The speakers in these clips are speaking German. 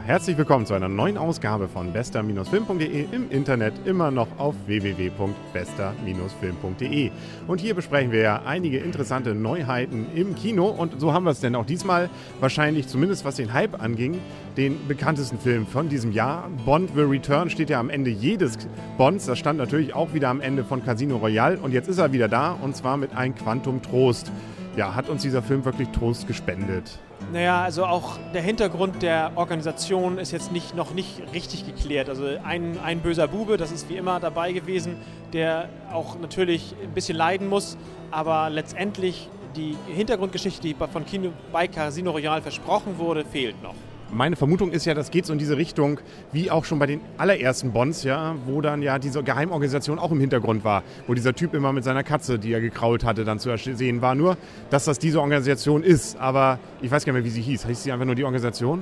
herzlich willkommen zu einer neuen Ausgabe von bester-film.de, im Internet immer noch auf www.bester-film.de. Und hier besprechen wir ja einige interessante Neuheiten im Kino und so haben wir es denn auch diesmal wahrscheinlich, zumindest was den Hype anging, den bekanntesten Film von diesem Jahr. Bond Will Return steht ja am Ende jedes Bonds, das stand natürlich auch wieder am Ende von Casino Royale und jetzt ist er wieder da und zwar mit ein Quantum Trost. Ja, hat uns dieser Film wirklich Trost gespendet? Naja, also auch der Hintergrund der Organisation ist jetzt noch nicht richtig geklärt. Also ein böser Bube, das ist wie immer dabei gewesen, der auch natürlich ein bisschen leiden muss, aber letztendlich die Hintergrundgeschichte, die bei Casino Royale versprochen wurde, fehlt noch. Meine Vermutung ist ja, das geht so in diese Richtung, wie auch schon bei den allerersten Bonds, ja, wo dann ja diese Geheimorganisation auch im Hintergrund war, wo dieser Typ immer mit seiner Katze, die er gekrault hatte, dann zu sehen war. Nur, dass das diese Organisation ist, aber ich weiß gar nicht mehr, wie sie hieß. Hieß sie einfach nur die Organisation?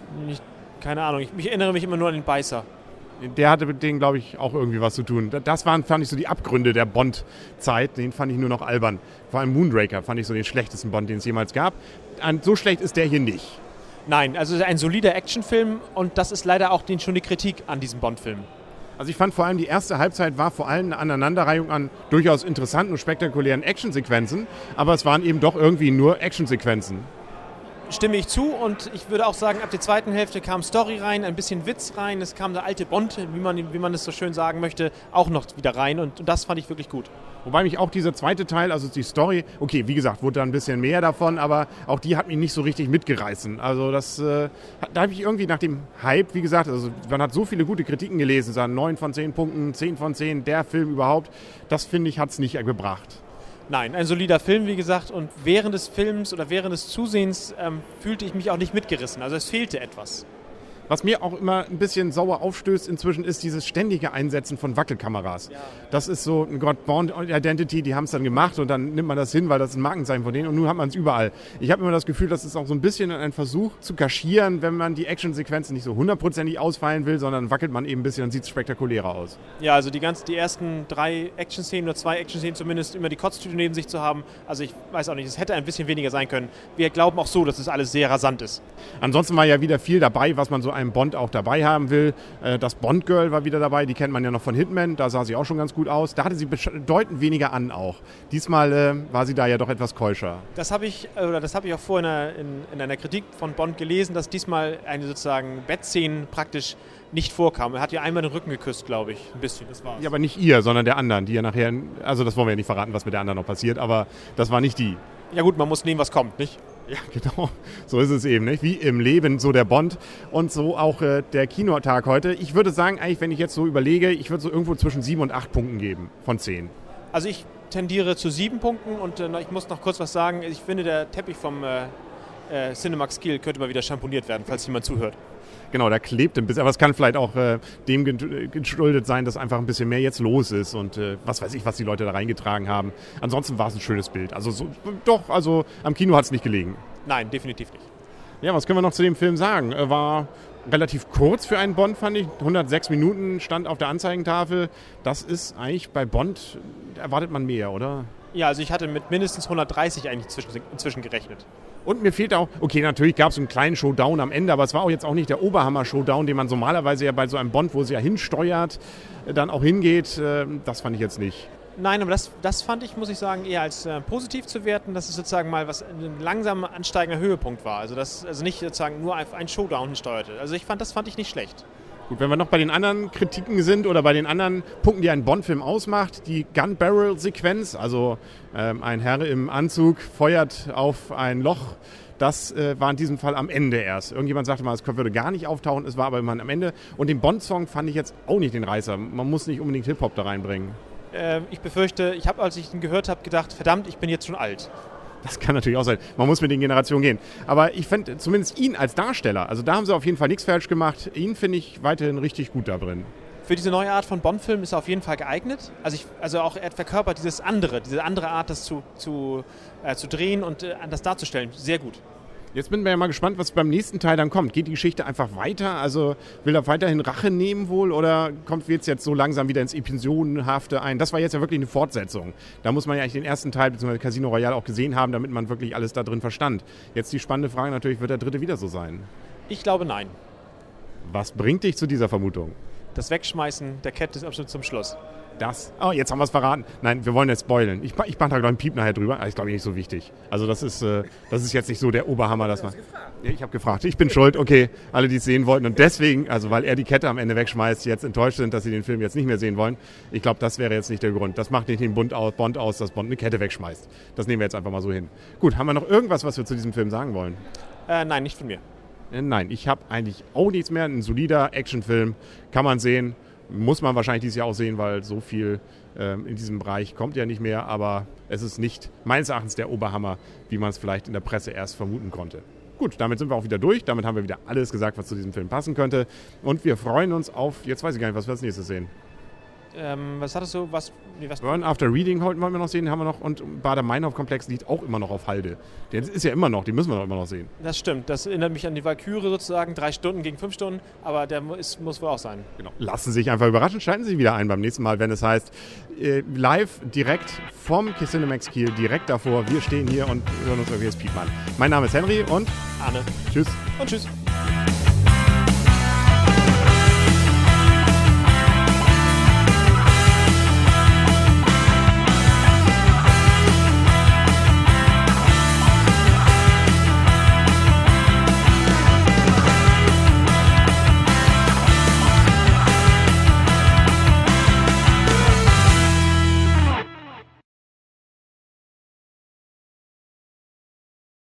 Keine Ahnung, ich erinnere mich immer nur an den Beißer. Der hatte mit denen, glaube ich, auch irgendwie was zu tun. Das waren, fand ich, so die Abgründe der Bond-Zeit. Den fand ich nur noch albern. Vor allem Moonraker fand ich so den schlechtesten Bond, den es jemals gab. So schlecht ist der hier nicht. Nein, also ein solider Actionfilm und das ist leider auch schon die Kritik an diesem Bond-Film. Also ich fand vor allem die erste Halbzeit war vor allem eine Aneinanderreihung an durchaus interessanten und spektakulären Actionsequenzen, aber es waren eben doch irgendwie nur Actionsequenzen. Stimme ich zu und ich würde auch sagen, ab der zweiten Hälfte kam Story rein, ein bisschen Witz rein, es kam der alte Bond, wie man es so schön sagen möchte, auch noch wieder rein und das fand ich wirklich gut. Wobei mich auch dieser zweite Teil, also die Story, okay, wie gesagt, wurde da ein bisschen mehr davon, aber auch die hat mich nicht so richtig mitgereißen. Also da habe ich irgendwie nach dem Hype, wie gesagt, also man hat so viele gute Kritiken gelesen, sagen 9 von 10 Punkten, 10 von 10, der Film überhaupt, das finde ich, hat es nicht gebracht. Nein, ein solider Film, wie gesagt, und während des Films oder während des Zusehens fühlte ich mich auch nicht mitgerissen, also es fehlte etwas. Was mir auch immer ein bisschen sauer aufstößt inzwischen, ist dieses ständige Einsetzen von Wackelkameras. Ja. Das ist so ein Bond Identity, die haben es dann gemacht und dann nimmt man das hin, weil das ist ein Markenzeichen von denen und nun hat man es überall. Ich habe immer das Gefühl, das ist auch so ein bisschen ein Versuch zu kaschieren, wenn man die Actionsequenzen nicht so 100% ausfallen will, sondern wackelt man eben ein bisschen, dann sieht es spektakulärer aus. Ja, also die ersten 3 Action-Szenen oder 2 Action-Szenen zumindest immer die Kotztüte neben sich zu haben, also ich weiß auch nicht, es hätte ein bisschen weniger sein können. Wir glauben auch so, dass es alles sehr rasant ist. Ansonsten war ja wieder viel dabei, was man so einem Bond auch dabei haben will. Das Bond-Girl war wieder dabei, die kennt man ja noch von Hitman, da sah sie auch schon ganz gut aus. Da hatte sie bedeutend weniger an auch. Diesmal war sie da ja doch etwas keuscher. Das habe ich auch vorhin in einer Kritik von Bond gelesen, dass diesmal eine sozusagen Bettszene praktisch nicht vorkam. Er hat ja einmal den Rücken geküsst, glaube ich, ein bisschen, das war's. Ja, aber nicht ihr, sondern der anderen, die ja nachher, also das wollen wir ja nicht verraten, was mit der anderen noch passiert, aber das war nicht die. Ja gut, man muss nehmen, was kommt, nicht? Ja, genau. So ist es eben, nicht? Wie im Leben, so der Bond und so auch der Kinotag heute. Ich würde sagen, eigentlich, wenn ich jetzt so überlege, ich würde so irgendwo zwischen 7 und 8 Punkten geben von 10. Also ich tendiere zu 7 Punkten und ich muss noch kurz was sagen. Ich finde, der Teppich vom Cinemax Kiel könnte mal wieder schamponiert werden, falls jemand zuhört. Genau, der klebt ein bisschen, aber es kann vielleicht auch dem geschuldet sein, dass einfach ein bisschen mehr jetzt los ist und was weiß ich, was die Leute da reingetragen haben. Ansonsten war es ein schönes Bild. Also am Kino hat es nicht gelegen. Nein, definitiv nicht. Ja, was können wir noch zu dem Film sagen? War relativ kurz für einen Bond, fand ich. 106 Minuten stand auf der Anzeigentafel. Das ist eigentlich bei Bond, erwartet man mehr, oder? Ja, also ich hatte mit mindestens 130 eigentlich inzwischen gerechnet. Und mir fehlt auch, okay, natürlich gab es einen kleinen Showdown am Ende, aber es war auch jetzt auch nicht der Oberhammer-Showdown, den man normalerweise ja bei so einem Bond, wo es ja hinsteuert, dann auch hingeht. Das fand ich jetzt nicht. Nein, aber das fand ich, muss ich sagen, eher als positiv zu werten, dass es sozusagen mal ein langsam ansteigender Höhepunkt war. Also nicht sozusagen nur ein Showdown hinsteuerte. Also das fand ich nicht schlecht. Gut, wenn wir noch bei den anderen Kritiken sind oder bei den anderen Punkten, die einen Bond-Film ausmacht, die Gun-Barrel-Sequenz, also ein Herr im Anzug feuert auf ein Loch, das war in diesem Fall am Ende erst. Irgendjemand sagte mal, es würde gar nicht auftauchen, es war aber immerhin am Ende. Und den Bond-Song fand ich jetzt auch nicht den Reißer. Man muss nicht unbedingt Hip-Hop da reinbringen. Ich befürchte, ich habe, als ich ihn gehört habe, gedacht, verdammt, ich bin jetzt schon alt. Das kann natürlich auch sein. Man muss mit den Generationen gehen. Aber ich finde zumindest ihn als Darsteller, also da haben sie auf jeden Fall nichts falsch gemacht. Ihn finde ich weiterhin richtig gut da drin. Für diese neue Art von Bond-Film ist er auf jeden Fall geeignet. Also auch er verkörpert diese andere Art, das zu drehen und das darzustellen. Sehr gut. Jetzt bin ich ja mal gespannt, was beim nächsten Teil dann kommt. Geht die Geschichte einfach weiter? Also will er weiterhin Rache nehmen wohl oder kommt jetzt so langsam wieder ins Episodenhafte ein? Das war jetzt ja wirklich eine Fortsetzung. Da muss man ja eigentlich den ersten Teil bzw. Casino Royale auch gesehen haben, damit man wirklich alles da drin verstand. Jetzt die spannende Frage natürlich, wird der dritte wieder so sein? Ich glaube, nein. Was bringt dich zu dieser Vermutung? Das Wegschmeißen der Kette ist absolut zum Schluss. Jetzt haben wir es verraten. Nein, wir wollen jetzt spoilern. Ich mache da, glaube ich, einen Piep nachher drüber. Das ist, glaube ich, nicht so wichtig. Also das ist jetzt nicht so der Oberhammer. Dass man, ja, ich habe gefragt. Ich bin schuld. Okay, alle, die es sehen wollten. Und deswegen, also weil er die Kette am Ende wegschmeißt, jetzt enttäuscht sind, dass sie den Film jetzt nicht mehr sehen wollen. Ich glaube, das wäre jetzt nicht der Grund. Das macht nicht den Bond aus, dass Bond eine Kette wegschmeißt. Das nehmen wir jetzt einfach mal so hin. Gut, haben wir noch irgendwas, was wir zu diesem Film sagen wollen? Nein, nicht von mir. Nein, ich habe eigentlich auch nichts mehr. Ein solider Actionfilm, kann man sehen. Muss man wahrscheinlich dieses Jahr auch sehen, weil so viel in diesem Bereich kommt ja nicht mehr. Aber es ist nicht meines Erachtens der Oberhammer, wie man es vielleicht in der Presse erst vermuten konnte. Gut, damit sind wir auch wieder durch. Damit haben wir wieder alles gesagt, was zu diesem Film passen könnte. Und wir freuen uns auf, jetzt weiß ich gar nicht, was wir als nächstes sehen. Was hattest du? Was Burn After Reading wollen wir noch sehen, haben wir noch. Und Baader-Meinhof-Komplex liegt auch immer noch auf Halde. Der ist ja immer noch, den müssen wir doch immer noch sehen. Das stimmt, das erinnert mich an die Walküre sozusagen, 3 Stunden gegen 5 Stunden, aber der muss wohl auch sein. Genau. Lassen Sie sich einfach überraschen, schalten Sie sich wieder ein beim nächsten Mal, wenn es heißt, live direkt vom Cinemax Kiel, direkt davor. Wir stehen hier und hören uns irgendwie das Piep an. Mein Name ist Henry und Arne. Tschüss. Und tschüss.